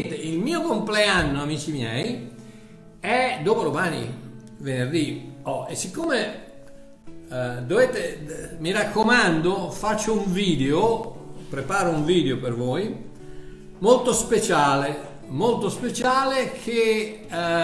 niente, il mio compleanno, amici miei, è dopodomani, venerdì. E siccome mi raccomando, faccio un video, preparo un video per voi molto speciale che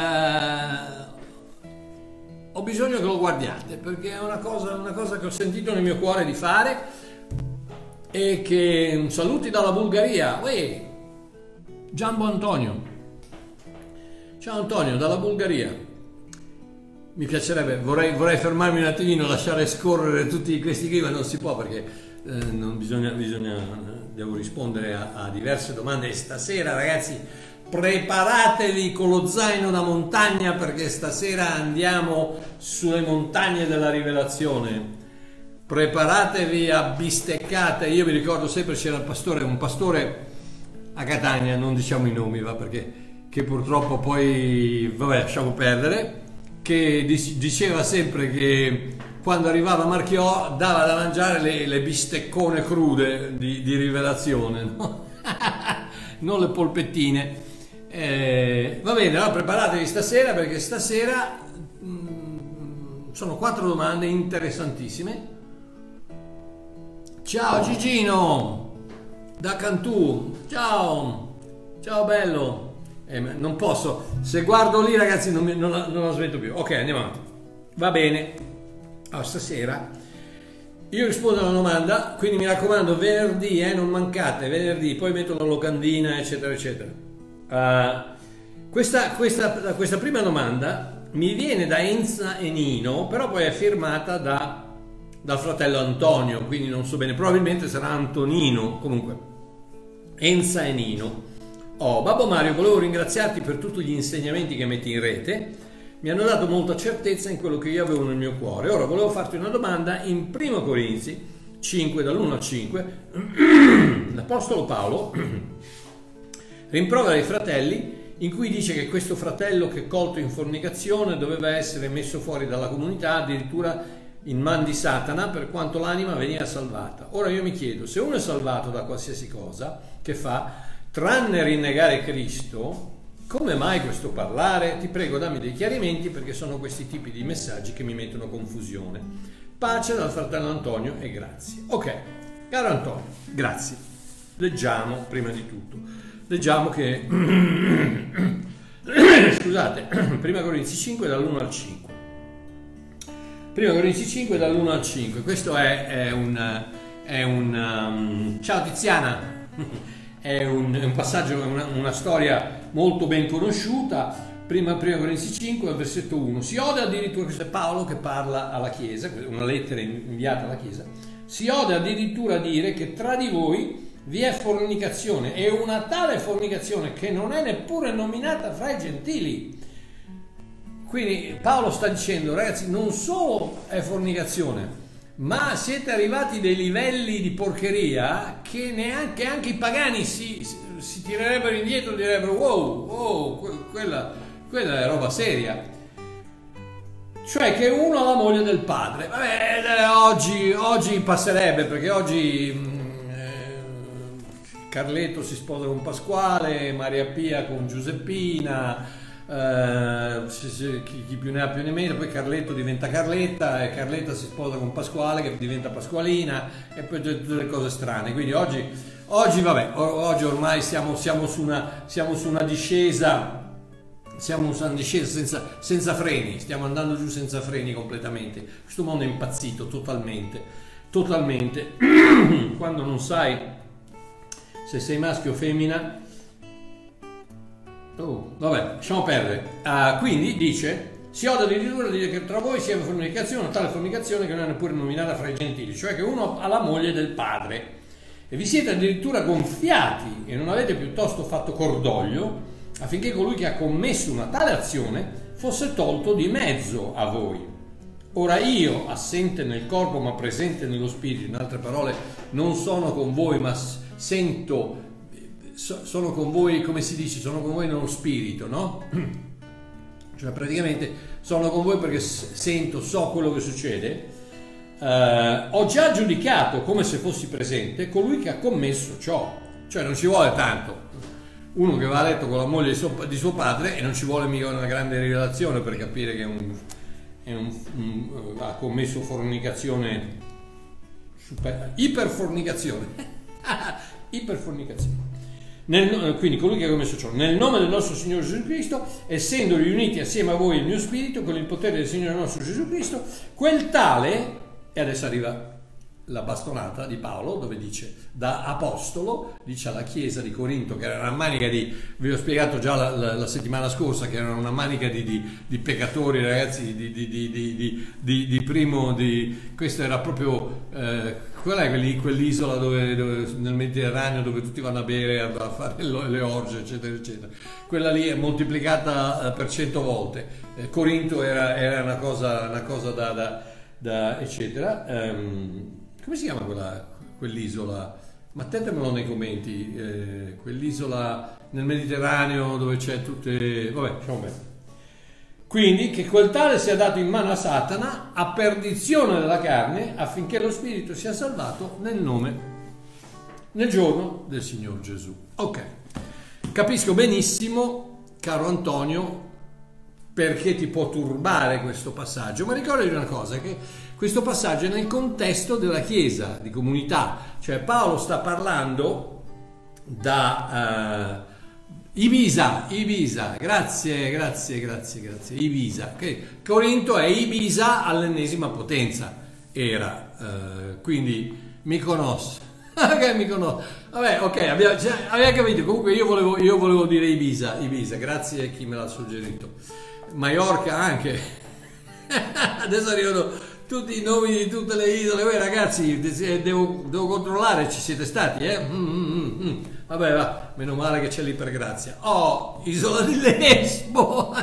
ho bisogno che lo guardiate, perché è una cosa che ho sentito nel mio cuore di fare. E che saluti dalla Bulgaria. Giambo Antonio, ciao Antonio dalla Bulgaria. Mi piacerebbe, vorrei fermarmi un attimino, lasciare scorrere tutti questi qui, ma non si può, perché non devo rispondere a diverse domande. E stasera, ragazzi, preparatevi con lo zaino da montagna, perché stasera andiamo sulle montagne della rivelazione. Preparatevi a bisteccate. Io vi ricordo sempre, c'era un pastore a Catania, non diciamo i nomi, che purtroppo poi, lasciamo perdere, che diceva sempre che quando arrivava a Marchiò dava da mangiare le bisteccone crude di rivelazione, no? Non le polpettine. Va bene, allora preparatevi stasera, perché stasera sono 4 domande interessantissime. Ciao Gigino da Cantù, ciao bello. Non posso, se guardo lì, ragazzi, non la smetto più. Ok, andiamo avanti. Va bene. Stasera io rispondo alla domanda, quindi mi raccomando, venerdì, non mancate, venerdì, poi metto la locandina, eccetera eccetera. Questa prima domanda mi viene da Enza e Nino, però poi è firmata dal fratello Antonio, quindi non so bene, probabilmente sarà Antonino. Comunque, Enza e Nino. Babbo Mario, volevo ringraziarti per tutti gli insegnamenti che metti in rete, mi hanno dato molta certezza in quello che io avevo nel mio cuore. Ora volevo farti una domanda. In 1 Corinzi 5, dall'1 al 5, l'Apostolo Paolo rimprovera i fratelli, in cui dice che questo fratello che colto in fornicazione doveva essere messo fuori dalla comunità, addirittura in man di Satana, per quanto l'anima veniva salvata. Ora io mi chiedo, se uno è salvato da qualsiasi cosa, che fa? Tranne rinnegare Cristo, come mai questo parlare? Ti prego, dammi dei chiarimenti, perché sono questi tipi di messaggi che mi mettono confusione. Pace dal fratello Antonio e grazie. Ok, caro Antonio, grazie. Leggiamo prima di tutto. Leggiamo che scusate, 1 Corinzi 5 dall'1 al 5. 1 Corinzi 5 dall'1 al 5. Questo è un ciao Tiziana. È un passaggio, una storia molto ben conosciuta. 1 Corinzi 5 al versetto 1. Si ode addirittura, questo è Paolo che parla alla Chiesa, una lettera inviata alla Chiesa. Si ode addirittura dire che tra di voi vi è fornicazione, e una tale fornicazione che non è neppure nominata fra i gentili. Quindi Paolo sta dicendo, ragazzi, non solo è fornicazione, ma siete arrivati a dei livelli di porcheria che neanche anche i pagani si tirerebbero indietro e direbbero wow, quella è roba seria. Cioè che uno ha la moglie del padre. Vabbè, oggi passerebbe, perché oggi Carletto si sposa con Pasquale, Maria Pia con Giuseppina, chi più ne ha più ne meno, poi Carletto diventa Carletta e Carletta si sposa con Pasquale che diventa Pasqualina, e poi tutte le cose strane. Quindi oggi ormai siamo su una discesa. Siamo su una discesa senza freni, stiamo andando giù senza freni completamente. Questo mondo è impazzito totalmente. Quando non sai se sei maschio o femmina. Vabbè, lasciamo perdere. Quindi dice, si ode addirittura dire che tra voi sia fornicazione, tale fornicazione che non è neppure nominata fra i gentili, cioè che uno ha la moglie del padre, e vi siete addirittura gonfiati e non avete piuttosto fatto cordoglio, affinché colui che ha commesso una tale azione fosse tolto di mezzo a voi. Ora io, assente nel corpo ma presente nello spirito, in altre parole, non sono con voi ma sono con voi, come si dice, sono con voi nello spirito, no? Cioè praticamente sono con voi perché so quello che succede. Ho già giudicato, come se fossi presente, colui che ha commesso ciò. Cioè non ci vuole tanto. uno che va a letto con la moglie di suo padre e non ci vuole mica una grande rivelazione per capire che ha commesso fornicazione, iperfornicazione. Iperfornicazione. Quindi colui che ha commesso ciò, nel nome del nostro Signore Gesù Cristo, essendo riuniti assieme a voi il mio spirito, con il potere del Signore nostro Gesù Cristo, quel tale, e adesso arriva la bastonata di Paolo, dove dice, da apostolo, dice alla chiesa di Corinto, che era una manica vi ho spiegato già la settimana scorsa, che era una manica di peccatori, ragazzi, questo era proprio, qual è quell'isola dove nel Mediterraneo dove tutti vanno a bere, a fare le orge, eccetera, eccetera. Quella lì è moltiplicata per 100 volte. Corinto era una cosa da eccetera. Come si chiama quell'isola? Mettetemelo nei commenti. Quell'isola nel Mediterraneo dove c'è tutte... Vabbè, lasciamo bene. Quindi che quel tale sia dato in mano a Satana a perdizione della carne, affinché lo spirito sia salvato nel giorno del Signor Gesù. Ok, capisco benissimo, caro Antonio, perché ti può turbare questo passaggio, ma ricordati una cosa, che questo passaggio è nel contesto della Chiesa, di comunità, cioè Paolo sta parlando da Ibiza, grazie, Ibiza, okay. Corinto è Ibiza all'ennesima potenza, quindi Mykonos, ok, Mykonos, vabbè, ok, abbiamo capito, comunque io volevo dire Ibiza, grazie a chi me l'ha suggerito, Maiorca anche, adesso arrivano tutti i nomi di tutte le isole. Voi ragazzi, devo controllare, ci siete stati, Vabbè, va, meno male che c'è l'ipergrazia. Isola di Lesbo.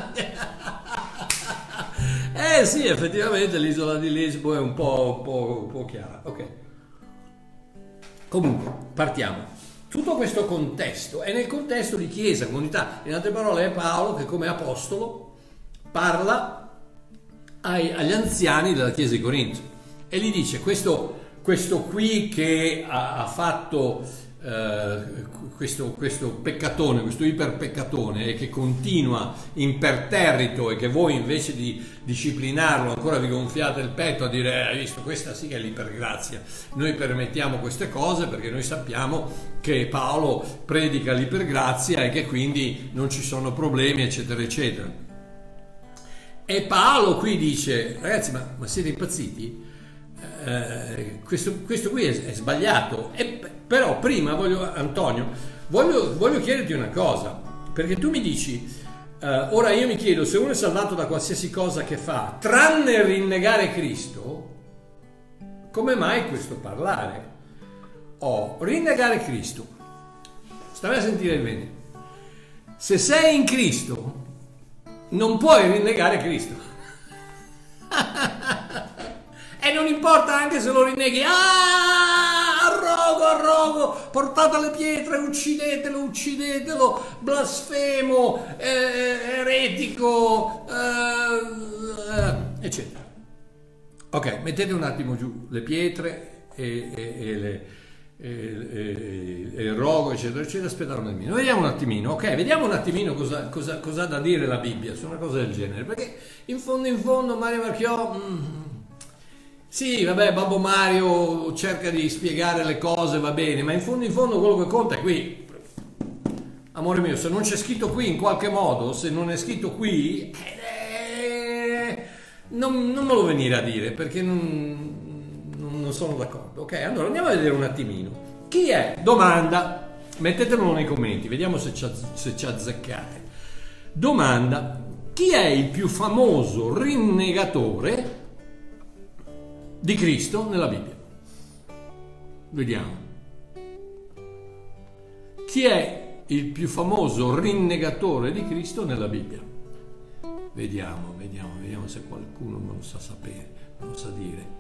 Sì, effettivamente l'isola di Lesbo è un po' chiara. Ok, comunque partiamo. Tutto questo contesto è nel contesto di chiesa, comunità. In altre parole è Paolo che come apostolo parla agli anziani della chiesa di Corinto e gli dice questo qui che ha fatto questo peccatone, questo iperpeccatone e che continua imperterrito e che voi invece di disciplinarlo ancora vi gonfiate il petto a dire hai visto, questa sì che è l'ipergrazia, noi permettiamo queste cose perché noi sappiamo che Paolo predica l'ipergrazia e che quindi non ci sono problemi, eccetera eccetera. E Paolo qui dice, ragazzi, ma siete impazziti? Questo qui è sbagliato. Però prima Antonio, voglio chiederti una cosa, perché tu mi dici, ora io mi chiedo, se uno è salvato da qualsiasi cosa che fa, tranne rinnegare Cristo, come mai questo parlare? Rinnegare Cristo. Stammi a sentire bene. Se sei in Cristo, non puoi rinnegare Cristo. E non importa anche se lo rinneghi. Arrogo, portate le pietre, uccidetelo, blasfemo, eretico, eccetera. Ok, mettete un attimo giù le pietre e il rogo, eccetera, eccetera. Aspettate un attimino, vediamo un attimino cosa ha da dire la Bibbia su una cosa del genere, perché in fondo Mario Marchiò, sì, vabbè, Babbo Mario cerca di spiegare le cose, va bene, ma in fondo quello che conta è qui, amore mio, se non c'è scritto qui in qualche modo, se non è scritto qui, non me lo venire a dire, perché non sono d'accordo. Ok, allora andiamo a vedere un attimino. Chi è? Domanda. Mettetemelo nei commenti, vediamo se ci azzeccate. Domanda. Chi è il più famoso rinnegatore di Cristo nella Bibbia? Vediamo. Chi è il più famoso rinnegatore di Cristo nella Bibbia? Vediamo se qualcuno me lo sa sapere, me lo sa dire.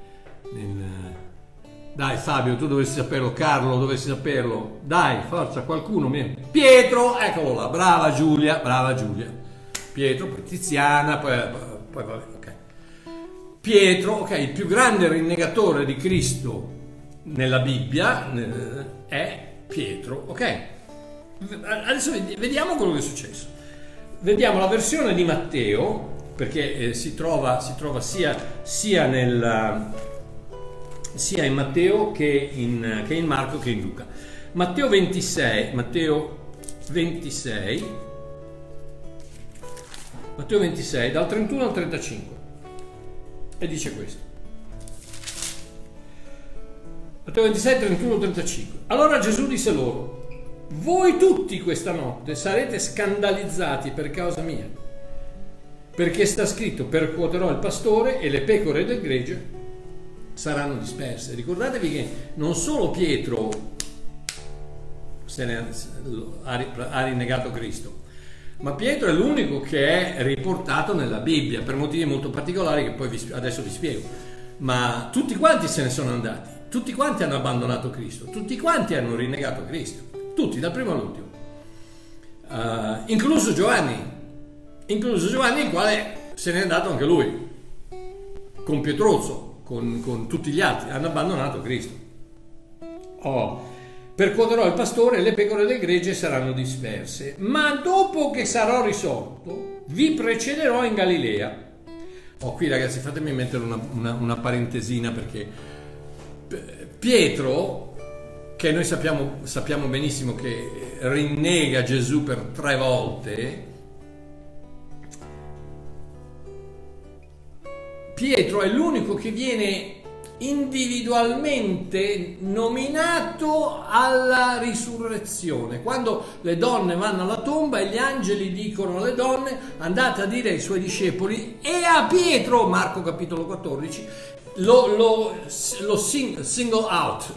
Dai Fabio, tu dovessi saperlo, Carlo dovessi saperlo, dai, forza, qualcuno. Pietro, eccolo là, brava Giulia. Pietro, poi Tiziana, poi vabbè, ok. Pietro, ok, il più grande rinnegatore di Cristo nella Bibbia è Pietro, ok. Adesso vediamo quello che è successo. Vediamo la versione di Matteo, perché si trova sia in Matteo che in Marco che in Luca. Matteo 26, dal 31 al 35, e dice questo. Matteo 26, 31 al 35. Allora Gesù disse loro: voi tutti questa notte sarete scandalizzati per causa mia, perché sta scritto: percuoterò il pastore e le pecore del gregge saranno disperse. Ricordatevi che non solo Pietro ha rinnegato Cristo, ma Pietro è l'unico che è riportato nella Bibbia per motivi molto particolari che poi adesso vi spiego. Ma tutti quanti se ne sono andati, tutti quanti hanno abbandonato Cristo, tutti quanti hanno rinnegato Cristo, tutti, dal primo all'ultimo, incluso Giovanni, il quale se n'è andato anche lui con Pietrozzo, con tutti gli altri, hanno abbandonato Cristo. Percuoterò il pastore e le pecore del gregge saranno disperse, ma dopo che sarò risorto vi precederò in Galilea. Qui ragazzi, fatemi mettere una parentesina, perché Pietro, che noi sappiamo benissimo che rinnega Gesù per 3 volte, Pietro è l'unico che viene individualmente nominato alla risurrezione. Quando le donne vanno alla tomba e gli angeli dicono alle donne: andate a dire ai suoi discepoli e a Pietro, Marco capitolo 14, lo single out,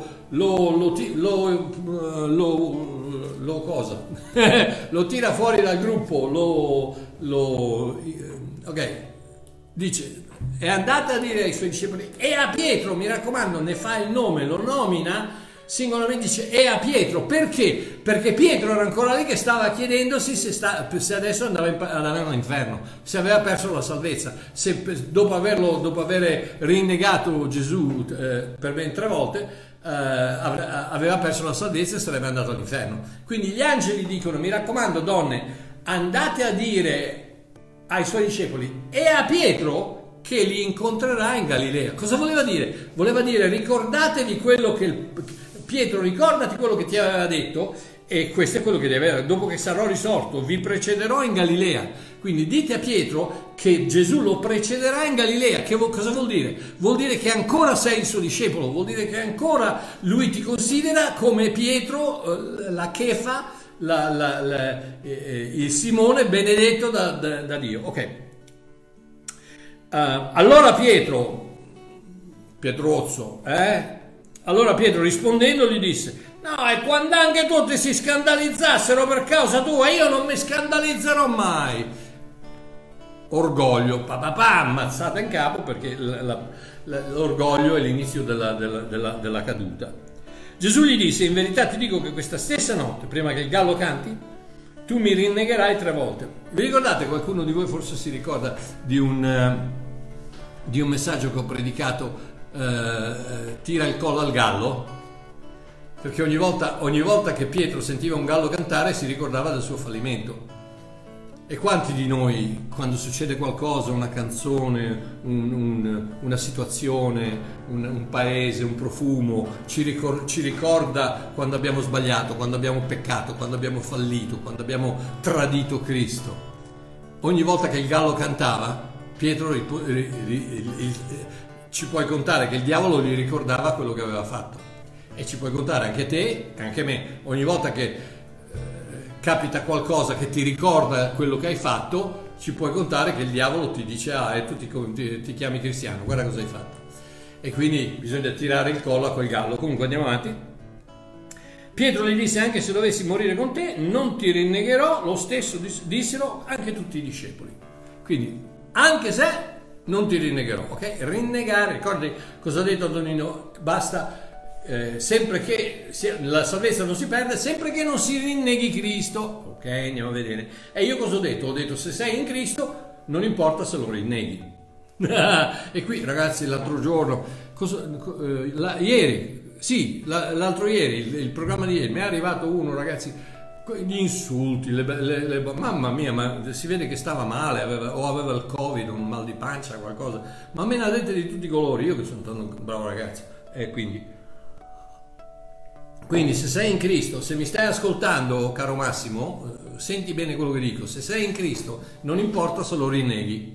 lo tira fuori dal gruppo, ok, dice: e andate a dire ai suoi discepoli e a Pietro, mi raccomando, ne fa il nome, lo nomina singolarmente, dice e a Pietro. Perché? Perché Pietro era ancora lì che stava chiedendosi se adesso andava all'inferno, se aveva perso la salvezza, se dopo aver rinnegato Gesù per ben 3 volte aveva perso la salvezza e sarebbe andato all'inferno. Quindi gli angeli dicono: mi raccomando donne, andate a dire ai suoi discepoli e a Pietro che li incontrerà in Galilea. Cosa voleva dire? Voleva dire: ricordatevi quello che Pietro, ricordati quello che ti aveva detto, e questo è quello che deve avere. Dopo che sarò risorto vi precederò in Galilea. Quindi dite a Pietro che Gesù lo precederà in Galilea. Cosa vuol dire? Vuol dire che ancora sei il suo discepolo, vuol dire che ancora lui ti considera come Pietro, la Chefa, il Simone benedetto da Dio. Ok. Allora Pietrozzo, allora Pietro rispondendo gli disse: no, e quando anche tutti si scandalizzassero per causa tua, io non mi scandalizzerò mai. Orgoglio, ammazzata in capo, perché l'orgoglio è l'inizio della caduta. Gesù gli disse: in verità ti dico che questa stessa notte, prima che il gallo canti, tu mi rinnegherai 3 volte. Vi ricordate, qualcuno di voi forse si ricorda di un messaggio che ho predicato, tira il collo al gallo? Perché ogni volta che Pietro sentiva un gallo cantare si ricordava del suo fallimento. E quanti di noi, quando succede qualcosa, una canzone, una situazione, un paese, un profumo, ci ricorda quando abbiamo sbagliato, quando abbiamo peccato, quando abbiamo fallito, quando abbiamo tradito Cristo? Ogni volta che il gallo cantava, Pietro ci puoi contare che il diavolo gli ricordava quello che aveva fatto, e ci puoi contare anche te, anche me, ogni volta che capita qualcosa che ti ricorda quello che hai fatto, ci puoi contare che il diavolo ti dice: e tu ti chiami cristiano, guarda cosa hai fatto. E quindi bisogna tirare il collo a quel gallo. Comunque andiamo avanti. Pietro gli disse: anche se dovessi morire con te non ti rinnegherò. Lo stesso dissero anche tutti i discepoli. Quindi anche se non ti rinnegherò, ok? Rinnegare, ricordi cosa ha detto Antonino? Basta, sempre che la salvezza non si perde, sempre che non si rinneghi Cristo. Ok, andiamo a vedere. E io cosa ho detto? Ho detto: se sei in Cristo non importa se lo rinneghi. E qui ragazzi, l'altro giorno, l'altro ieri, il programma di ieri, mi è arrivato uno, ragazzi, gli insulti, mamma mia, ma si vede che stava male, aveva il Covid, un mal di pancia, qualcosa, ma me ne ha dette di tutti i colori, io che sono tanto un bravo ragazzo, e quindi se sei in Cristo, se mi stai ascoltando, caro Massimo, senti bene quello che dico, se sei in Cristo, non importa se lo rinneghi.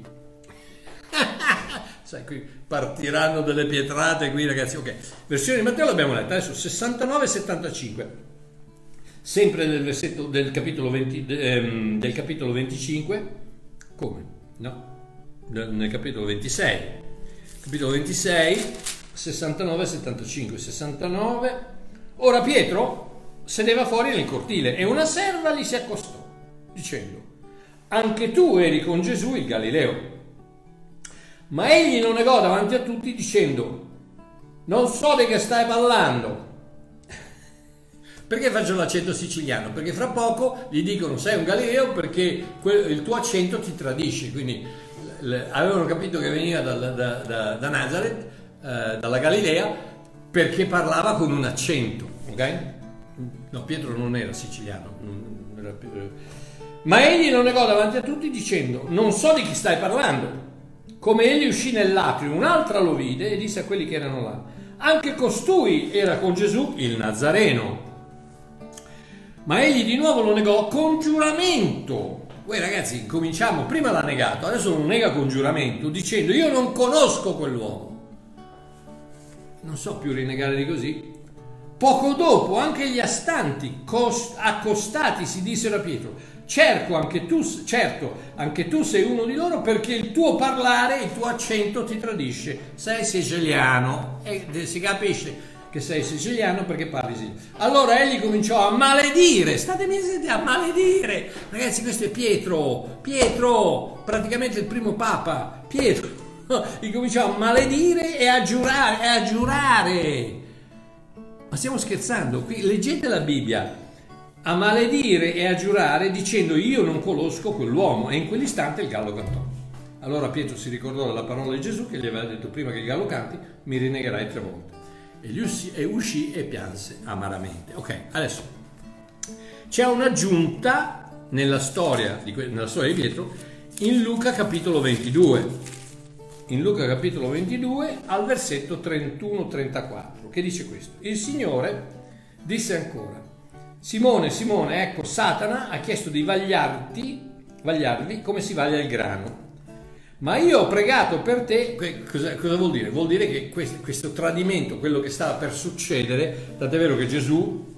Sai, qui partiranno delle pietrate qui, ragazzi. Ok, versione di Matteo l'abbiamo letta, adesso 69 e 75. Sempre nel versetto del capitolo 20, del capitolo 25. Come? No, nel capitolo 26. Capitolo 26, 69 e 75. 69. Ora Pietro sedeva fuori nel cortile e una serva gli si accostò, dicendo: anche tu eri con Gesù il Galileo. Ma egli lo negò davanti a tutti, dicendo: non so di che stai parlando. Perché faccio l'accento siciliano? Perché fra poco gli dicono sei un Galileo perché il tuo accento ti tradisce. Quindi avevano capito che veniva da Nazareth, dalla Galilea, perché parlava con un accento, ok? No, Pietro non era siciliano. Ma egli lo negò davanti a tutti dicendo: non so di chi stai parlando. Come egli uscì nell'atrio, un'altra lo vide e disse a quelli che erano là: anche costui era con Gesù il Nazareno. Ma egli di nuovo lo negò con giuramento. Voi ragazzi, cominciamo, prima l'ha negato, adesso lo nega con giuramento, dicendo: io non conosco quell'uomo. Non so più rinnegare di così. Poco dopo anche gli astanti accostati si dissero a Pietro: certo, anche tu sei uno di loro, perché il tuo parlare, il tuo accento ti tradisce. Sei siciliano e si capisce che sei siciliano perché parli siciliano. Allora egli cominciò a maledire. Statemi a maledire, ragazzi. Questo è Pietro, praticamente il primo papa. Pietro cominciò a maledire e a giurare. Ma stiamo scherzando? Qui leggete la Bibbia. A maledire e a giurare dicendo: io non conosco quell'uomo. E in quell'istante il gallo cantò. Allora Pietro si ricordò della parola di Gesù che gli aveva detto: prima che il gallo canti mi rinnegherai 3 volte. E uscì e pianse amaramente. Ok, adesso c'è un'aggiunta nella storia di Pietro in Luca capitolo 22. In Luca capitolo 22 al versetto 31-34, che dice questo: il Signore disse ancora: Simone, Simone, ecco, Satana ha chiesto di vagliarvi come si vaglia il grano. Ma io ho pregato per te. Cosa vuol dire? Vuol dire che questo tradimento, quello che stava per succedere, tant'è vero che Gesù,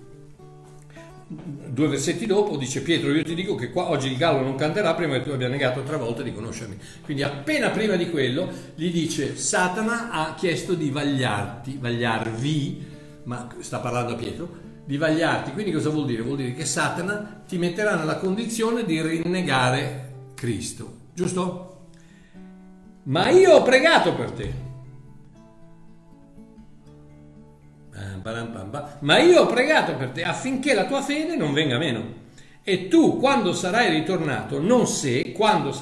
2 versetti dopo, dice: Pietro, io ti dico che qua oggi il gallo non canterà prima che tu abbia negato 3 volte di conoscermi. Quindi appena prima di quello gli dice: Satana ha chiesto di vagliarvi, ma sta parlando a Pietro, di vagliarti. Quindi cosa vuol dire? Vuol dire che Satana ti metterà nella condizione di rinnegare Cristo, giusto? Ma io ho pregato per te. Ma io ho pregato per te affinché la tua fede non venga meno. E tu, quando sarai ritornato, non se,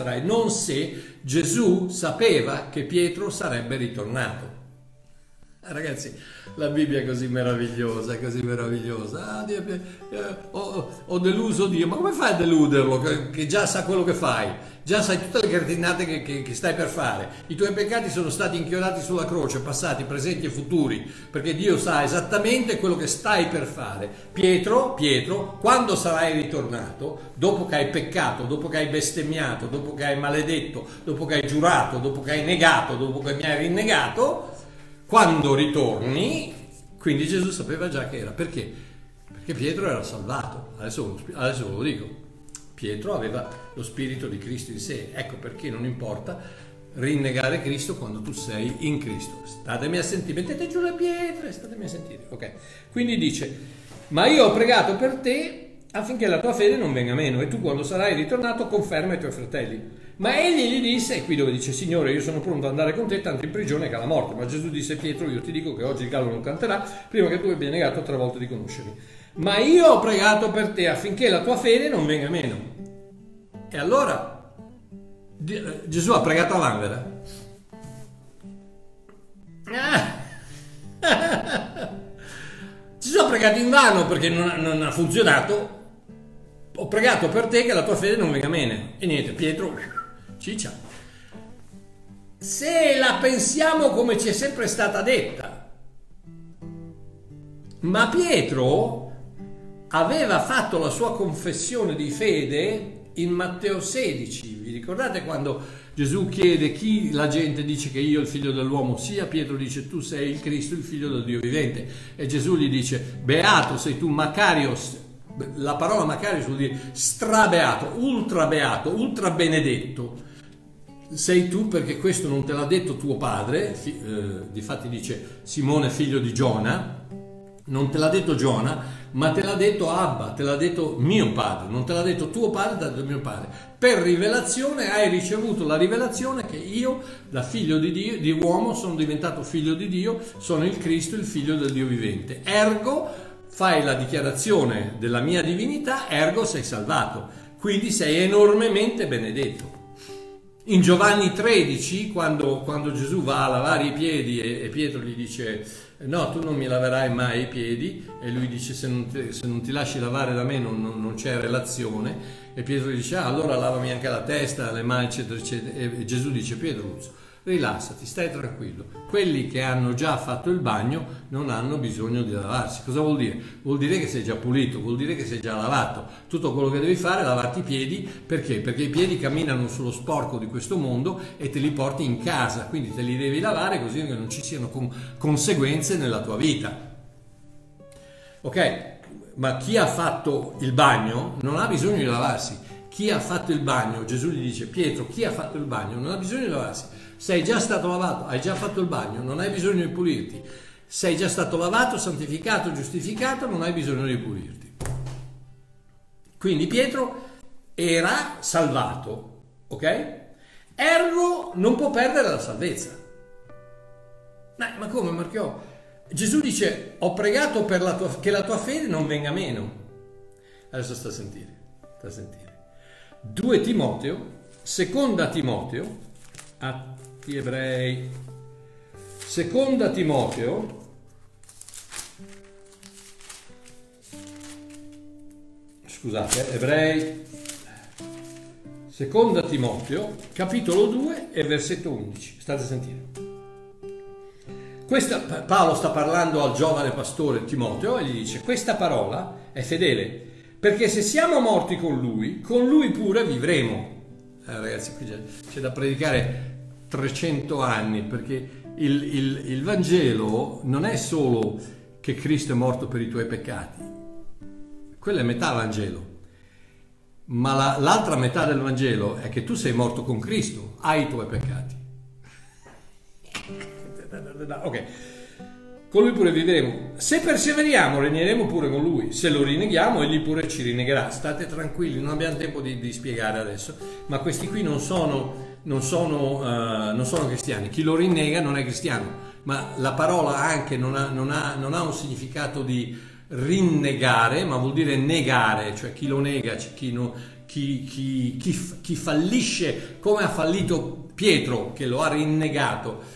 Gesù sapeva che Pietro sarebbe ritornato. Ragazzi, la Bibbia è così meravigliosa, così meravigliosa. Ho deluso Dio. Ma come fai a deluderlo? Che già sa quello che fai, già sai tutte le cretinate che stai per fare. I tuoi peccati sono stati inchiodati sulla croce, passati, presenti e futuri, perché Dio sa esattamente quello che stai per fare. Pietro, quando sarai ritornato, dopo che hai peccato, dopo che hai bestemmiato, dopo che hai maledetto, dopo che hai giurato, dopo che hai negato, dopo che mi hai rinnegato, quando ritorni, quindi Gesù sapeva già che era. Perché? Perché Pietro era salvato. Adesso ve lo dico. Pietro aveva lo spirito di Cristo in sé. Ecco perché non importa rinnegare Cristo quando tu sei in Cristo. Statemi a sentire. Mettete giù le pietre, statemi a sentire. Ok. Quindi dice: ma io ho pregato per te affinché la tua fede non venga meno, e tu quando sarai ritornato conferma i tuoi fratelli. Ma egli gli disse, e qui dove dice: Signore, io sono pronto ad andare con te tanto in prigione che alla morte. Ma Gesù disse: Pietro, io ti dico che oggi il gallo non canterà prima che tu abbia negato 3 volte di conoscermi. Ma io ho pregato per te affinché la tua fede non venga meno. E allora Gesù ha pregato a vanvera. Gesù ha pregato in vano perché non ha funzionato. ho pregato per te che la tua fede non venga meno. E niente, Pietro, ciccia. Se la pensiamo come ci è sempre stata detta, ma Pietro aveva fatto la sua confessione di fede in Matteo 16. Vi ricordate quando Gesù chiede chi la gente dice che io il figlio dell'uomo sia? Pietro dice tu sei il Cristo, il figlio del Dio vivente, e Gesù gli dice beato sei tu, Macarios. La parola Macarios vuol dire strabeato, ultra benedetto sei tu, perché questo non te l'ha detto tuo padre. Difatti dice Simone figlio di Giona, non te l'ha detto Giona, ma te l'ha detto Abba, te l'ha detto mio padre, non te l'ha detto tuo padre, te l'ha detto mio padre. Per rivelazione hai ricevuto la rivelazione che io, da figlio di Dio, di uomo, sono diventato figlio di Dio, sono il Cristo, il figlio del Dio vivente. Ergo, fai la dichiarazione della mia divinità, ergo sei salvato, quindi sei enormemente benedetto. In Giovanni 13, quando Gesù va a lavare i piedi e Pietro gli dice no, tu non mi laverai mai i piedi, e lui dice se non ti lasci lavare da me non c'è relazione, e Pietro gli dice allora lavami anche la testa, le mani, eccetera eccetera, e Gesù dice Pietro, rilassati, stai tranquillo, quelli che hanno già fatto il bagno non hanno bisogno di lavarsi. Cosa vuol dire? Vuol dire che sei già pulito, vuol dire che sei già lavato. Tutto quello che devi fare è lavarti i piedi. Perché? Perché i piedi camminano sullo sporco di questo mondo e te li porti in casa, quindi te li devi lavare così che non ci siano conseguenze nella tua vita. Ok? Ma chi ha fatto il bagno non ha bisogno di lavarsi. Chi ha fatto il bagno, Gesù gli dice Pietro, chi ha fatto il bagno non ha bisogno di lavarsi. Sei già stato lavato, hai già fatto il bagno, non hai bisogno di pulirti. Sei già stato lavato, santificato, giustificato, non hai bisogno di pulirti. Quindi Pietro era salvato, ok? Ergo non può perdere la salvezza. Ma come, Marchiò? Gesù dice ho pregato per che la tua fede non venga meno. Adesso sta a sentire. 2 Timoteo, seconda Timoteo, Atti Ebrei, seconda Timoteo, scusate, Ebrei, seconda Timoteo, capitolo 2 e versetto 11, state a sentire. Paolo sta parlando al giovane pastore Timoteo e gli dice questa parola è fedele, perché se siamo morti con lui pure vivremo. Ragazzi, qui c'è da predicare 300 anni, perché il Vangelo non è solo che Cristo è morto per i tuoi peccati, quella è metà Vangelo, ma l'altra metà del Vangelo è che tu sei morto con Cristo ai tuoi peccati. Ok, con lui pure vivremo. Se perseveriamo regneremo pure con lui, se lo rinneghiamo egli pure ci rinnegherà. State tranquilli, non abbiamo tempo di spiegare adesso, ma questi qui non sono cristiani. Chi lo rinnega non è cristiano, ma la parola anche non ha un significato di rinnegare, ma vuol dire negare, cioè chi lo nega, chi fallisce, come ha fallito Pietro che lo ha rinnegato.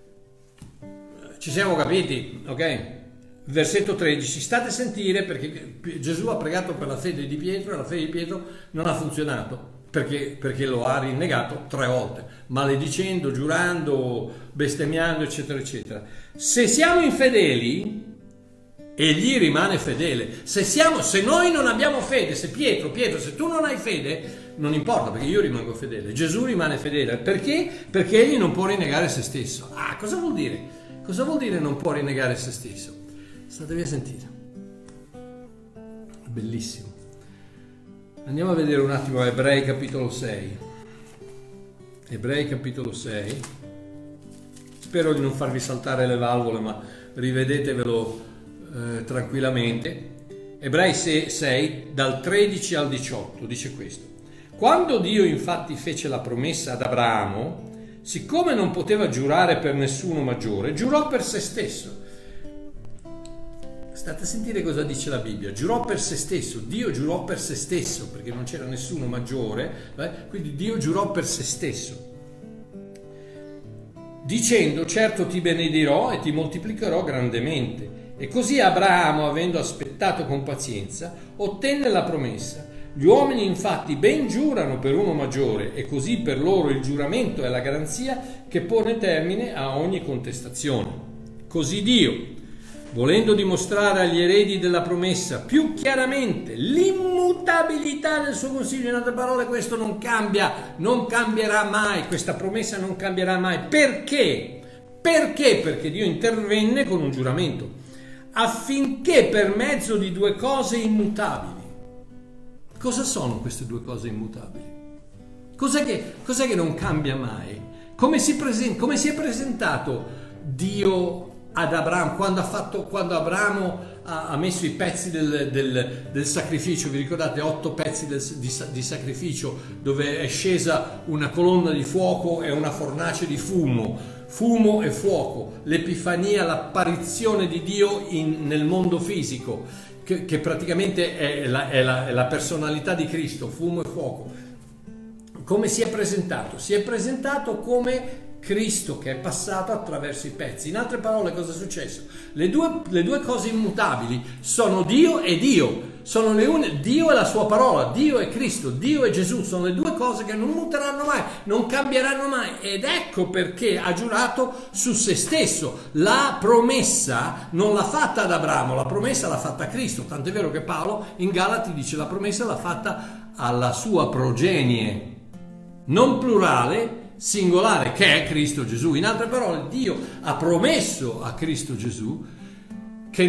Ci siamo capiti, ok? Versetto 13, state a sentire, perché Gesù ha pregato per la fede di Pietro e la fede di Pietro non ha funzionato, perché lo ha rinnegato 3 volte, maledicendo, giurando, bestemmiando, eccetera, eccetera. Se siamo infedeli, egli rimane fedele. Se noi non abbiamo fede, se Pietro, se tu non hai fede, non importa, perché io rimango fedele. Gesù rimane fedele. Perché? Perché egli non può rinnegare se stesso. Cosa vuol dire? Cosa vuol dire non può rinnegare se stesso? Statevi a sentire. Bellissimo. Andiamo a vedere un attimo Ebrei capitolo 6. Ebrei capitolo 6. Spero di non farvi saltare le valvole, ma rivedetevelo tranquillamente. Ebrei 6 dal 13 al 18 dice questo: quando Dio infatti fece la promessa ad Abramo, siccome non poteva giurare per nessuno maggiore, giurò per se stesso. State a sentire cosa dice la Bibbia. Giurò per se stesso. Dio giurò per se stesso, perché non c'era nessuno maggiore, quindi Dio giurò per se stesso, dicendo: certo ti benedirò e ti moltiplicherò grandemente. E così Abramo, avendo aspettato con pazienza, ottenne la promessa. Gli uomini infatti ben giurano per uno maggiore e così per loro il giuramento è la garanzia che pone termine a ogni contestazione. Così Dio, volendo dimostrare agli eredi della promessa più chiaramente l'immutabilità del suo consiglio, in altre parole questo non cambia, non cambierà mai, questa promessa non cambierà mai. Perché? Perché Dio intervenne con un giuramento affinché per mezzo di due cose immutabili. Cosa sono queste due cose immutabili? Cos'è che non cambia mai? Come si è presentato Dio ad Abramo quando Abramo ha messo i pezzi del sacrificio? Vi ricordate 8 pezzi di sacrificio, dove è scesa una colonna di fuoco e una fornace di fumo e fuoco, l'epifania, l'apparizione di Dio nel mondo fisico, che praticamente è la personalità di Cristo, fumo e fuoco. Come si è presentato? Si è presentato come Cristo che è passato attraverso i pezzi. In altre parole, cosa è successo? Le due cose immutabili sono Dio e Dio. Sono Dio e la sua parola, Dio e Cristo, Dio e Gesù. Sono le due cose che non muteranno mai, non cambieranno mai. Ed ecco perché ha giurato su se stesso. La promessa non l'ha fatta ad Abramo, la promessa l'ha fatta a Cristo. Tant'è vero che Paolo in Galati dice la promessa l'ha fatta alla sua progenie, non plurale, singolare, che è Cristo Gesù. In altre parole, Dio ha promesso a Cristo Gesù che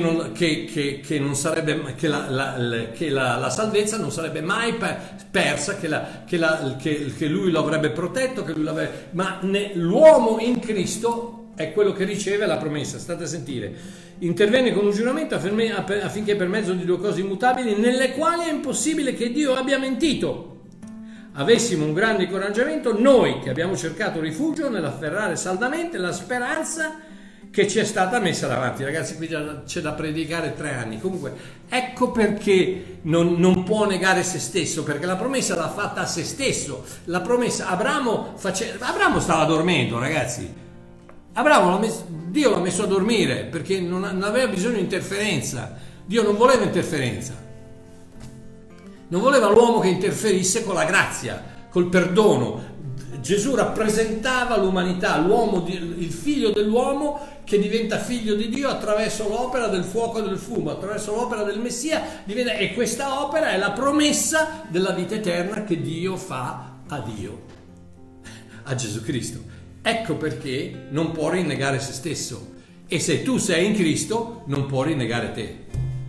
la salvezza non sarebbe mai persa, che lui lo avrebbe protetto, ma l'uomo in Cristo è quello che riceve la promessa. State a sentire: intervenne con un giuramento affinché per mezzo di due cose immutabili, nelle quali è impossibile che Dio abbia mentito, avessimo un grande incoraggiamento, noi che abbiamo cercato rifugio nell'afferrare saldamente la speranza che ci è stata messa davanti. Ragazzi, qui c'è da predicare 3 anni. Comunque, ecco perché non può negare se stesso, perché la promessa l'ha fatta a se stesso. La promessa, Abramo stava dormendo, ragazzi. Dio l'ha messo a dormire perché non aveva bisogno di interferenza. Dio non voleva interferenza. Non voleva l'uomo che interferisse con la grazia, col perdono. Gesù rappresentava l'umanità, l'uomo, il figlio dell'uomo che diventa figlio di Dio attraverso l'opera del fuoco e del fumo, attraverso l'opera del Messia, e questa opera è la promessa della vita eterna che Dio fa a Dio, a Gesù Cristo. Ecco perché non può rinnegare se stesso, e se tu sei in Cristo non può rinnegare te.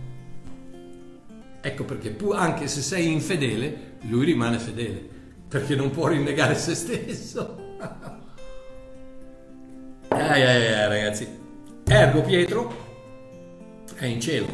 Ecco perché anche se sei infedele, lui rimane fedele, perché non può rinnegare se stesso. Ragazzi, ergo Pietro è in cielo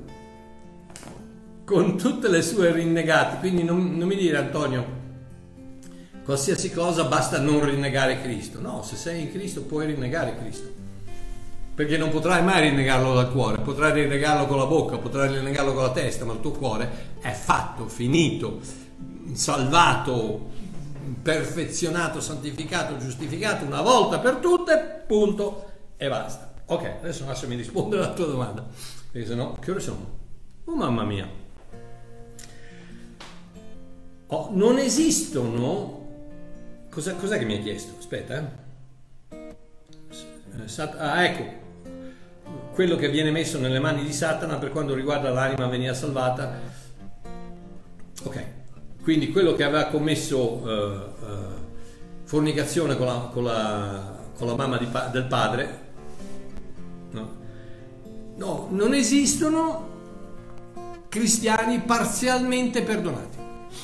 con tutte le sue rinnegate. Quindi non mi dire, Antonio, qualsiasi cosa basta non rinnegare Cristo. No, se sei in Cristo puoi rinnegare Cristo, perché non potrai mai rinnegarlo dal cuore. Potrai rinnegarlo con la bocca, potrai rinnegarlo con la testa, ma il tuo cuore è fatto, finito, salvato, perfezionato, santificato, giustificato una volta per tutte, punto e basta. Ok, adesso lasciami rispondere alla tua domanda, perché sennò che ore sono? Oh mamma mia. Non esistono. Cos'è che mi hai chiesto? Aspetta, ecco, quello che viene messo nelle mani di Satana per quanto riguarda l'anima venire salvata. Ok, quindi quello che aveva commesso fornicazione con la mamma del padre, no, non esistono cristiani parzialmente perdonati.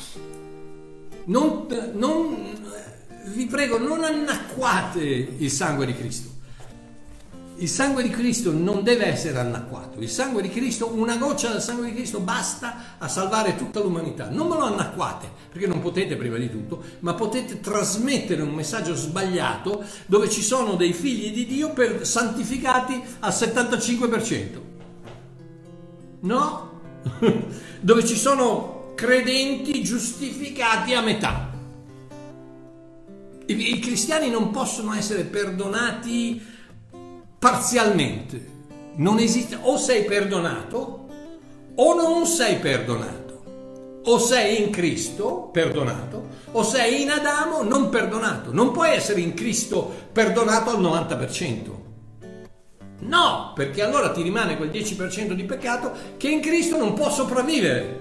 Vi prego, non annacquate il sangue di Cristo. Il sangue di Cristo non deve essere annacquato. Il sangue di Cristo, una goccia del sangue di Cristo basta a salvare tutta l'umanità. Non me lo annacquate, perché non potete prima di tutto, ma potete trasmettere un messaggio sbagliato dove ci sono dei figli di Dio santificati al 75%. No? Dove ci sono credenti giustificati a metà. I cristiani non possono essere perdonati parzialmente. Non esiste, o sei perdonato o non sei perdonato, o sei in Cristo perdonato, o sei in Adamo non perdonato. Non puoi essere in Cristo perdonato al 90%. No, perché allora ti rimane quel 10% di peccato che in Cristo non può sopravvivere.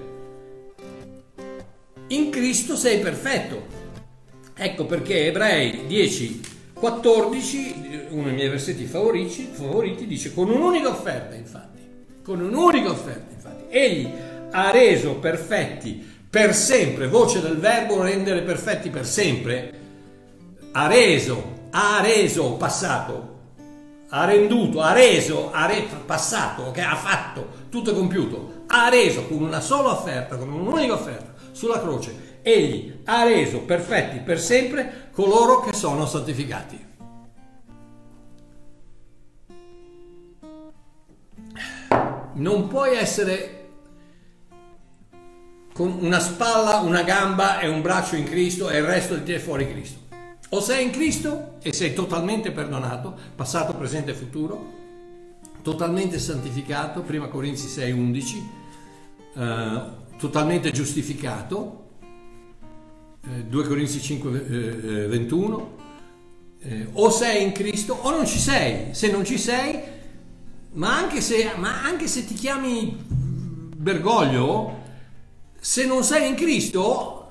In Cristo sei perfetto. Ecco perché Ebrei 10:14, uno dei miei versetti favoriti, dice: con un'unica offerta, infatti, egli ha reso perfetti per sempre, voce del verbo rendere perfetti per sempre, ha reso, passato, ha renduto, passato, ok, ha fatto, tutto è compiuto, ha reso con una sola offerta, con un'unica offerta sulla croce, egli ha reso perfetti per sempre coloro che sono santificati. Non puoi essere con una spalla, una gamba e un braccio in Cristo e il resto di te è fuori Cristo. O sei in Cristo e sei totalmente perdonato, passato, presente e futuro, totalmente santificato, 1 Corinzi 6:11, totalmente giustificato, 2 Corinzi 5:21, o sei in Cristo o non ci sei. Se non ci sei, ma anche se ti chiami Bergoglio, se non sei in Cristo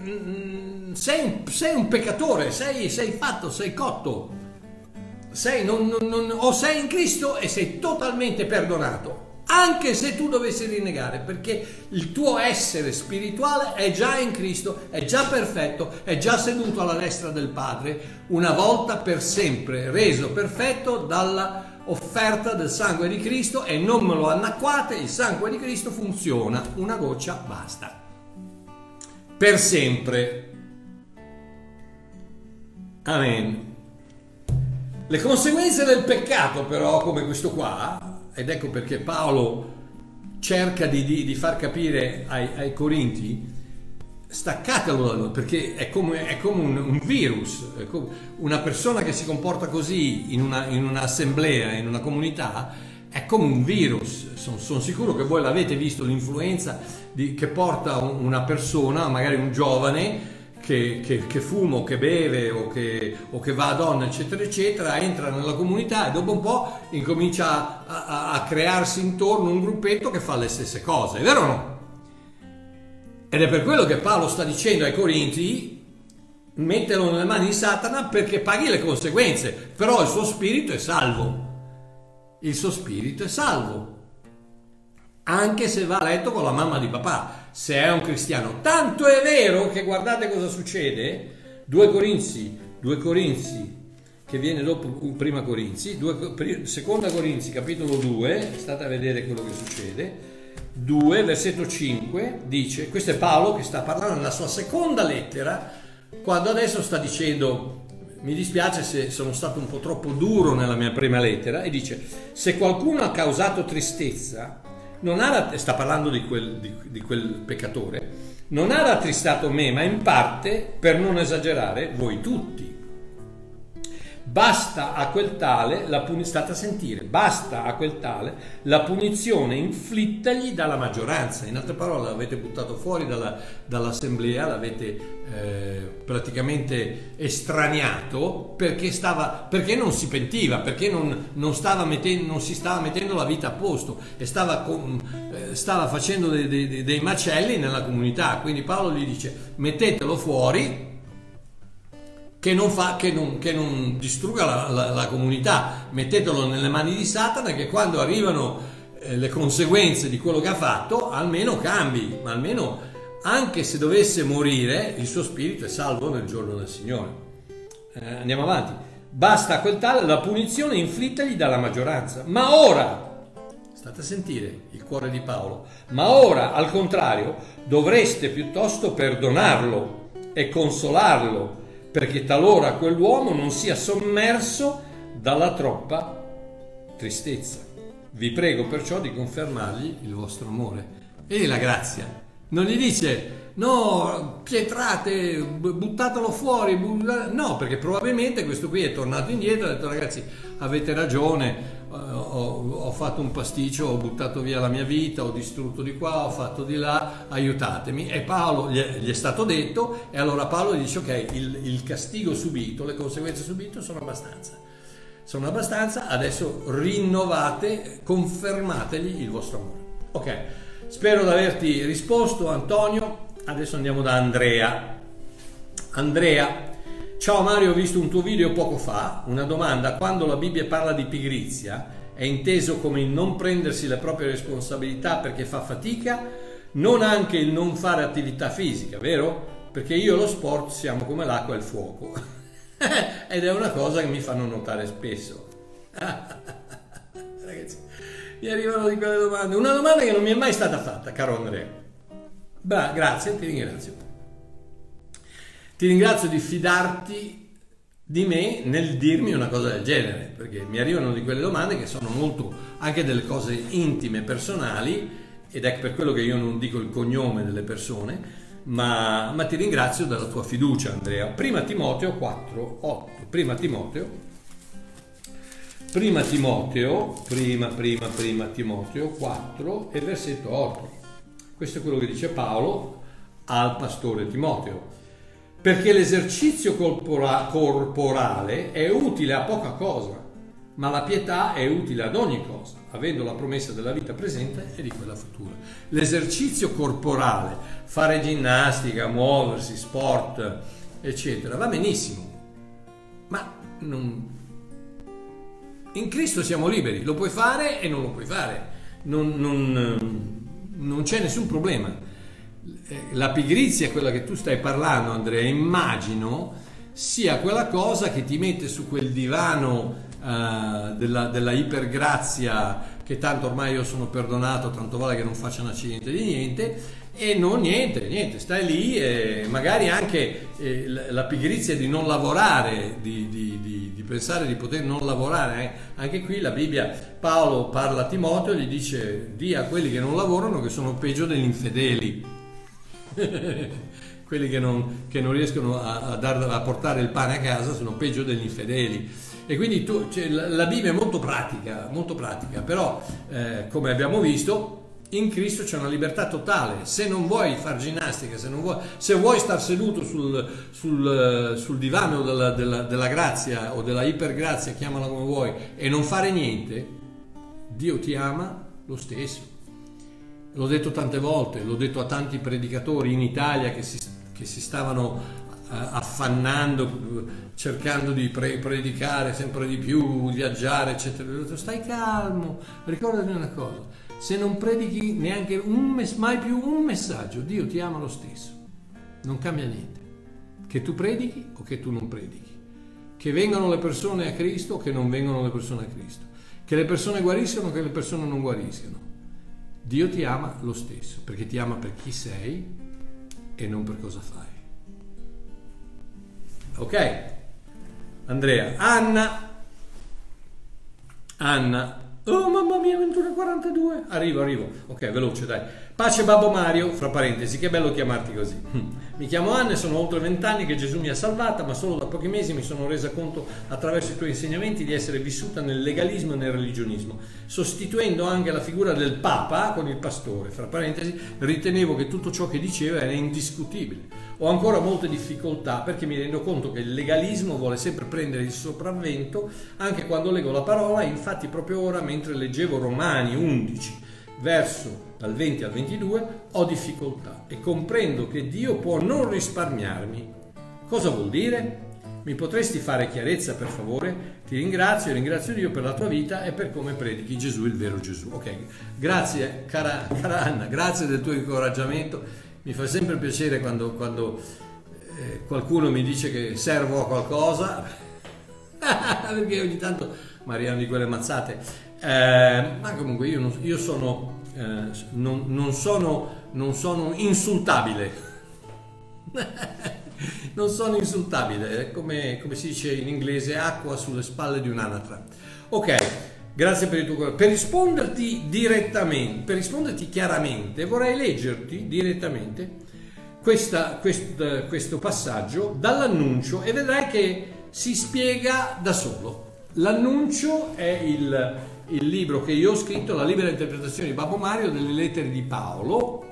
sei un peccatore, sei fatto, sei cotto, o sei in Cristo e sei totalmente perdonato, anche se tu dovessi rinnegare, perché il tuo essere spirituale è già in Cristo, è già perfetto, è già seduto alla destra del Padre, una volta per sempre reso perfetto dalla offerta del sangue di Cristo. E non me lo annacquate, il sangue di Cristo funziona, una goccia basta, per sempre. Amen. Le conseguenze del peccato, però, come questo qua, ed ecco perché Paolo cerca di far capire ai Corinti: staccatelo da noi, perché è come un virus, è come una persona che si comporta così in un'assemblea, in una comunità, è come un virus. Sono sicuro che voi l'avete visto, l'influenza che porta una persona, magari un giovane, che fuma o che beve o che va a donna, eccetera eccetera, entra nella comunità e dopo un po' incomincia a crearsi intorno un gruppetto che fa le stesse cose, è vero o no? Ed è per quello che Paolo sta dicendo ai Corinti: metterlo nelle mani di Satana, perché paghi le conseguenze, però il suo spirito è salvo, anche se va a letto con la mamma di papà, se è un cristiano. Tanto è vero che, guardate cosa succede, 2 Corinzi che viene dopo 1 Corinzi, 2 Corinzi capitolo 2, state a vedere quello che succede. 2 versetto 5 dice, questo è Paolo che sta parlando nella sua seconda lettera, quando adesso sta dicendo: mi dispiace se sono stato un po' troppo duro nella mia prima lettera, e dice: se qualcuno ha causato tristezza, sta parlando di quel peccatore, non ha rattristato me, ma in parte, per non esagerare, voi tutti. Basta a quel tale la punizione inflittagli dalla maggioranza. In altre parole, l'avete buttato fuori dall'assemblea, l'avete praticamente estraniato, perché non si pentiva, perché non si stava mettendo la vita a posto e stava facendo dei macelli nella comunità. Quindi Paolo gli dice: mettetelo fuori, che non distrugga la comunità, mettetelo nelle mani di Satana, che quando arrivano le conseguenze di quello che ha fatto almeno cambi, ma almeno, anche se dovesse morire, il suo spirito è salvo nel giorno del Signore. Andiamo avanti. Basta a quel tale la punizione inflittagli dalla maggioranza, ma ora, state a sentire il cuore di Paolo, ma ora al contrario dovreste piuttosto perdonarlo e consolarlo, perché talora quell'uomo non sia sommerso dalla troppa tristezza. Vi prego perciò di confermargli il vostro amore. E la grazia non gli dice no, pietrate, buttatelo fuori, no, perché probabilmente questo qui è tornato indietro e ha detto ragazzi avete ragione, ho fatto un pasticcio, ho buttato via la mia vita, ho distrutto di qua, ho fatto di là, aiutatemi. E Paolo gli è stato detto, e allora Paolo gli dice ok, il castigo subito, le conseguenze subite sono abbastanza, adesso rinnovate, confermategli il vostro amore. Ok, spero di averti risposto Antonio. Adesso andiamo da Andrea. Ciao Mario, ho visto un tuo video poco fa. Una domanda: quando la Bibbia parla di pigrizia è inteso come il non prendersi le proprie responsabilità perché fa fatica, non anche il non fare attività fisica, vero? Perché io e lo sport siamo come l'acqua e il fuoco. Ed è una cosa che mi fanno notare spesso. Ragazzi, mi arrivano di quelle domande. Una domanda che non mi è mai stata fatta, caro Andrea. Grazie, ti ringrazio. Ti ringrazio di fidarti di me nel dirmi una cosa del genere, perché mi arrivano di quelle domande che sono molto anche delle cose intime, personali, ed è per quello che io non dico il cognome delle persone, ma ti ringrazio della tua fiducia, Andrea. Prima Timoteo 4:8. Prima Timoteo 4 e versetto 8. Questo è quello che dice Paolo al pastore Timoteo. Perché l'esercizio corporale è utile a poca cosa, ma la pietà è utile ad ogni cosa, avendo la promessa della vita presente e di quella futura. L'esercizio corporale, fare ginnastica, muoversi, sport, eccetera, va benissimo, ma in Cristo siamo liberi, lo puoi fare e non lo puoi fare, non c'è nessun problema. La pigrizia è quella che tu stai parlando, Andrea, immagino sia quella cosa che ti mette su quel divano della ipergrazia, che tanto ormai io sono perdonato, tanto vale che non faccia un accidente di niente, e non niente, stai lì, e magari anche la pigrizia di non lavorare, di pensare di poter non lavorare. Anche qui la Bibbia, Paolo parla a Timoteo e gli dice: di a quelli che non lavorano che sono peggio degli infedeli. Quelli che non riescono a portare il pane a casa sono peggio degli infedeli. E quindi la Bibbia è molto pratica, però come abbiamo visto, in Cristo c'è una libertà totale. Se non vuoi fare ginnastica, se vuoi star seduto sul divano della grazia o della ipergrazia, chiamala come vuoi, e non fare niente, Dio ti ama lo stesso. L'ho detto tante volte, l'ho detto a tanti predicatori in Italia che si stavano affannando, cercando di predicare sempre di più, viaggiare, eccetera. Ho detto: stai calmo, ricordati una cosa: se non predichi neanche mai più un messaggio, Dio ti ama lo stesso, non cambia niente, che tu predichi o che tu non predichi, che vengano le persone a Cristo o che non vengono le persone a Cristo, che le persone guariscano o che le persone non guariscano. Dio ti ama lo stesso, perché ti ama per chi sei e non per cosa fai. Ok? Andrea. Anna. Oh mamma mia, 21:42. Arrivo. Ok, veloce, dai. Pace Babbo Mario, fra parentesi, che bello chiamarti così. Mi chiamo Anna e sono oltre 20 anni che Gesù mi ha salvata, ma solo da pochi mesi mi sono resa conto attraverso i tuoi insegnamenti di essere vissuta nel legalismo e nel religionismo, sostituendo anche la figura del Papa con il pastore. Fra parentesi, ritenevo che tutto ciò che diceva era indiscutibile. Ho ancora molte difficoltà perché mi rendo conto che il legalismo vuole sempre prendere il sopravvento anche quando leggo la parola. Infatti proprio ora, mentre leggevo Romani 11 verso dal 20 al 22, ho difficoltà e comprendo che Dio può non risparmiarmi. Cosa vuol dire? Mi potresti fare chiarezza, per favore? Ti ringrazio e ringrazio Dio per la tua vita e per come predichi Gesù, il vero Gesù. Ok, grazie cara Anna, grazie del tuo incoraggiamento. Mi fa sempre piacere quando qualcuno mi dice che servo a qualcosa, perché ogni tanto mi arrivano di quelle mazzate. Ma comunque io non sono insultabile. Non sono insultabile, è come si dice in inglese, acqua sulle spalle di un'anatra. Ok, Grazie per il tuo coraggio. Per risponderti direttamente, per risponderti chiaramente, vorrei leggerti direttamente questo passaggio dall'annuncio e vedrai che si spiega da solo. L'annuncio è il libro che io ho scritto, la libera interpretazione di Babbo Mario delle lettere di Paolo,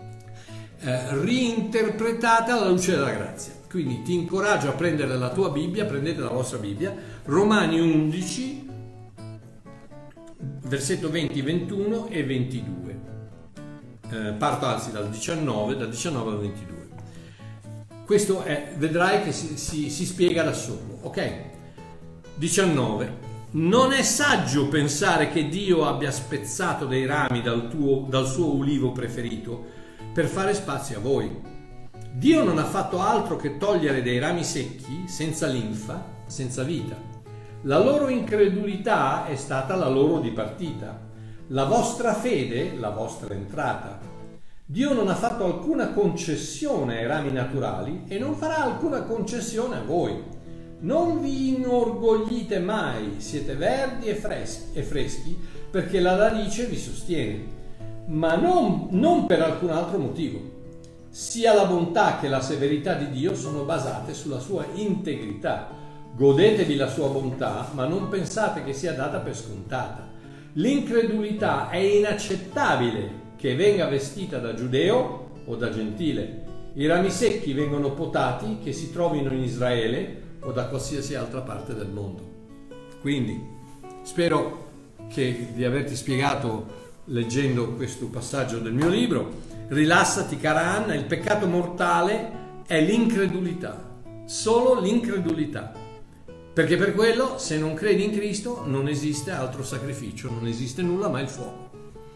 reinterpretate alla luce della grazia. Quindi ti incoraggio a prendere la tua Bibbia, prendete la vostra Bibbia, Romani 11, versetto 20, 21 e 22. Parto anzi dal 19 al 22. Questo vedrai che si spiega da solo, ok? 19. Non è saggio pensare che Dio abbia spezzato dei rami dal suo ulivo preferito per fare spazio a voi. Dio non ha fatto altro che togliere dei rami secchi, senza linfa, senza vita. La loro incredulità è stata la loro dipartita, la vostra fede la vostra entrata. Dio non ha fatto alcuna concessione ai rami naturali e non farà alcuna concessione a voi. Non vi inorgoglite mai, siete verdi e freschi perché la radice vi sostiene, ma non per alcun altro motivo. Sia la bontà che la severità di Dio sono basate sulla sua integrità. Godetevi la sua bontà, ma non pensate che sia data per scontata. L'incredulità è inaccettabile che venga vestita da giudeo o da gentile. I rami secchi vengono potati che si trovino in Israele o da qualsiasi altra parte del mondo. Quindi spero di averti spiegato leggendo questo passaggio del mio libro. Rilassati, cara Anna, il peccato mortale è l'incredulità, solo l'incredulità, perché per quello, se non credi in Cristo, non esiste altro sacrificio, non esiste nulla ma il fuoco,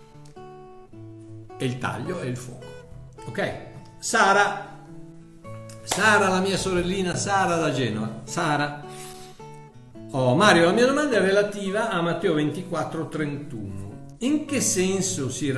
e il taglio è il fuoco. Ok? Sara, la mia sorellina Sara da Genova. Sara. Mario, la mia domanda è relativa a Matteo 24:31. In che senso si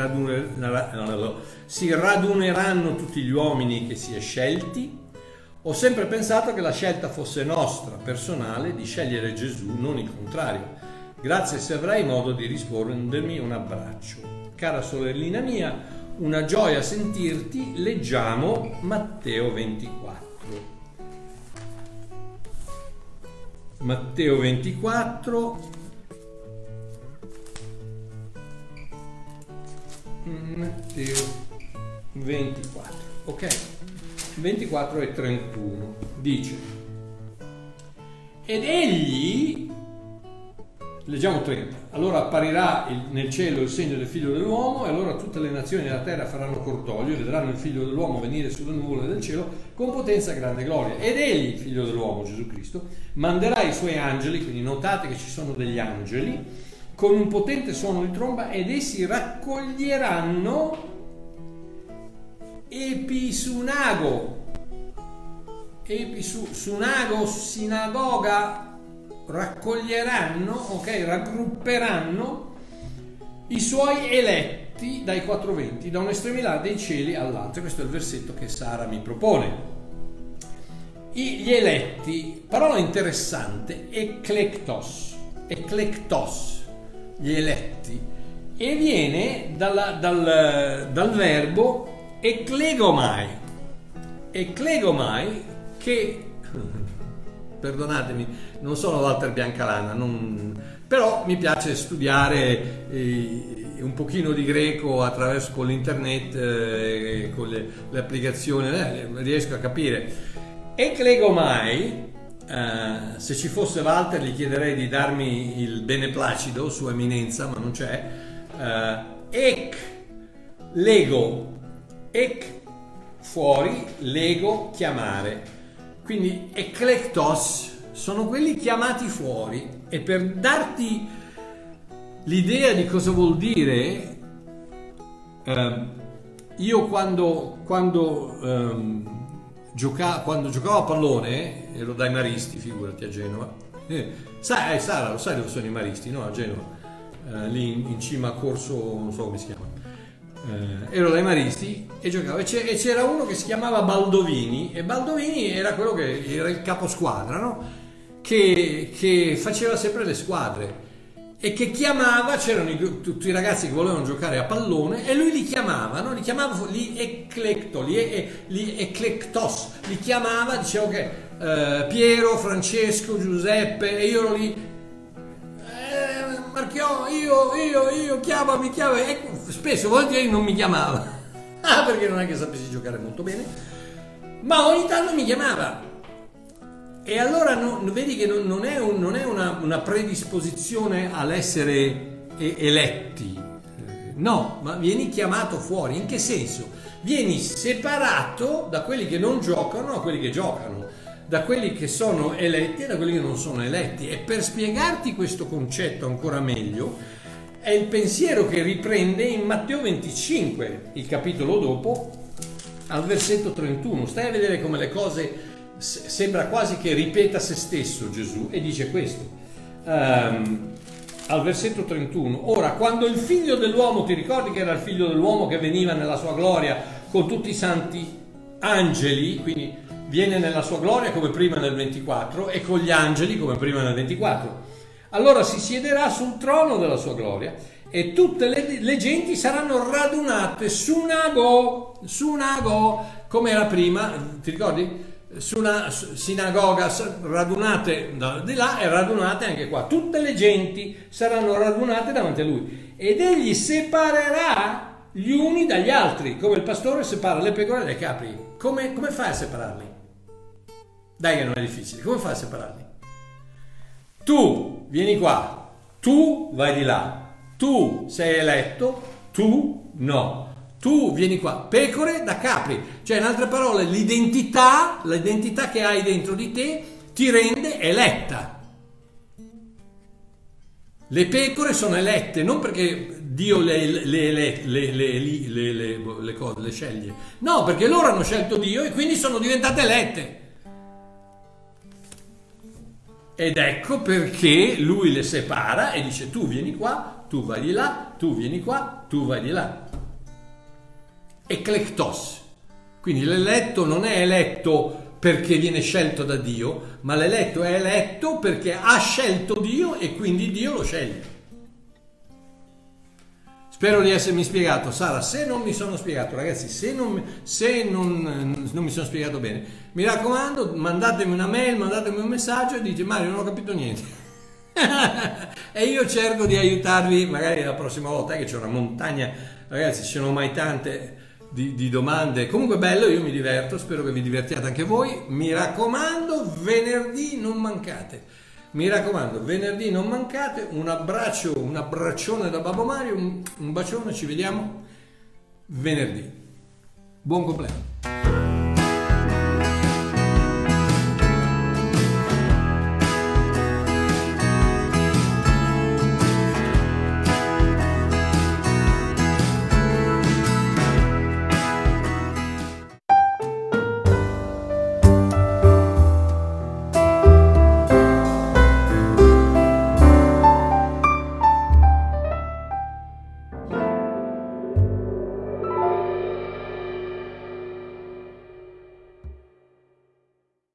raduneranno tutti gli uomini che si è scelti? Ho sempre pensato che la scelta fosse nostra, personale, di scegliere Gesù, non il contrario. Grazie se avrai modo di rispondermi. Un abbraccio. Cara sorellina mia, una gioia sentirti. Leggiamo Matteo 24. Matteo 24. Matteo 24, ok? 24 e 31 dice: ed egli, leggiamo 30, allora apparirà nel cielo il segno del figlio dell'uomo, e allora tutte le nazioni della terra faranno cordoglio e vedranno il figlio dell'uomo venire sulle nuvole del cielo con potenza e grande gloria. Ed egli, il figlio dell'uomo, Gesù Cristo, manderà i suoi angeli, quindi notate che ci sono degli angeli, con un potente suono di tromba, ed essi raccoglieranno sunago, sinagoga, raccoglieranno, ok, raggrupperanno i suoi eletti dai quattro venti, da un'estremità dei cieli all'altra. Questo è il versetto che Sara mi propone. Gli eletti, parola interessante, eclectos, gli eletti, e viene dal verbo eclegomai, che, perdonatemi, non sono Walter Biancalana, però mi piace studiare un pochino di greco con l'internet, con le applicazioni, riesco a capire. Eclegomai, se ci fosse Walter gli chiederei di darmi il beneplacito, sua eminenza, ma non c'è. Fuori, lego, chiamare. Quindi eclectos sono quelli chiamati fuori, e per darti l'idea di cosa vuol dire, io quando giocavo a pallone, ero dai Maristi, figurati, a Genova. Sara, lo sai dove sono i Maristi, no? A Genova, lì in cima a Corso, non so come si chiama. Ero dai Maristi e giocavo, e c'era uno che si chiamava Baldovini, e Baldovini era quello che era il caposquadra, no? Che faceva sempre le squadre, e che chiamava, c'erano tutti i ragazzi che volevano giocare a pallone e lui li chiamava, no? Li chiamava li eclectos, li chiamava, diceva ok, Piero, Francesco, Giuseppe, e io ero lì, Marchiò, io, chiamami, e spesso volentieri non mi chiamava, perché non è che sapessi giocare molto bene, ma ogni tanto mi chiamava. E allora vedi che non è una predisposizione all'essere eletti, no, ma vieni chiamato fuori. In che senso? Vieni separato da quelli che non giocano a quelli che giocano, da quelli che sono eletti e da quelli che non sono eletti. E per spiegarti questo concetto ancora meglio, è il pensiero che riprende in Matteo 25, il capitolo dopo, al versetto 31. Stai a vedere come le cose... Sembra quasi che ripeta se stesso Gesù e dice questo al versetto 31: ora quando il figlio dell'uomo, ti ricordi che era il figlio dell'uomo che veniva nella sua gloria con tutti i santi angeli, quindi viene nella sua gloria come prima nel 24 e con gli angeli come prima nel 24, allora si siederà sul trono della sua gloria e tutte le genti saranno radunate sunago, come era prima, ti ricordi? Su una sinagoga, radunate di là e radunate anche qua, tutte le genti saranno radunate davanti a lui ed egli separerà gli uni dagli altri, come il pastore separa le pecore dai capri. Come fai a separarli? Dai che non è difficile, come fai a separarli? Tu vieni qua, tu vai di là, tu sei eletto, tu no. Tu vieni qua, pecore da capri, cioè in altre parole l'identità che hai dentro di te ti rende eletta. Le pecore sono elette non perché Dio le sceglie, no, perché loro hanno scelto Dio e quindi sono diventate elette. Ed ecco perché lui le separa e dice tu vieni qua, tu vai di là, tu vieni qua, tu vai di là. Eclectos. Quindi l'eletto non è eletto perché viene scelto da Dio, ma l'eletto è eletto perché ha scelto Dio e quindi Dio lo sceglie. Spero di essermi spiegato. Sara, se non mi sono spiegato, ragazzi, se non mi sono spiegato bene, mi raccomando, mandatemi una mail, mandatemi un messaggio e dite Mario non ho capito niente. E io cerco di aiutarvi magari la prossima volta, che c'è una montagna, ragazzi, ci sono mai tante di domande. Comunque bello, io mi diverto, spero che vi divertiate anche voi. Mi raccomando, venerdì non mancate. Mi raccomando, venerdì non mancate. Un abbraccio, un abbraccione da Babbo Mario, un bacione, ci vediamo venerdì. Buon compleanno.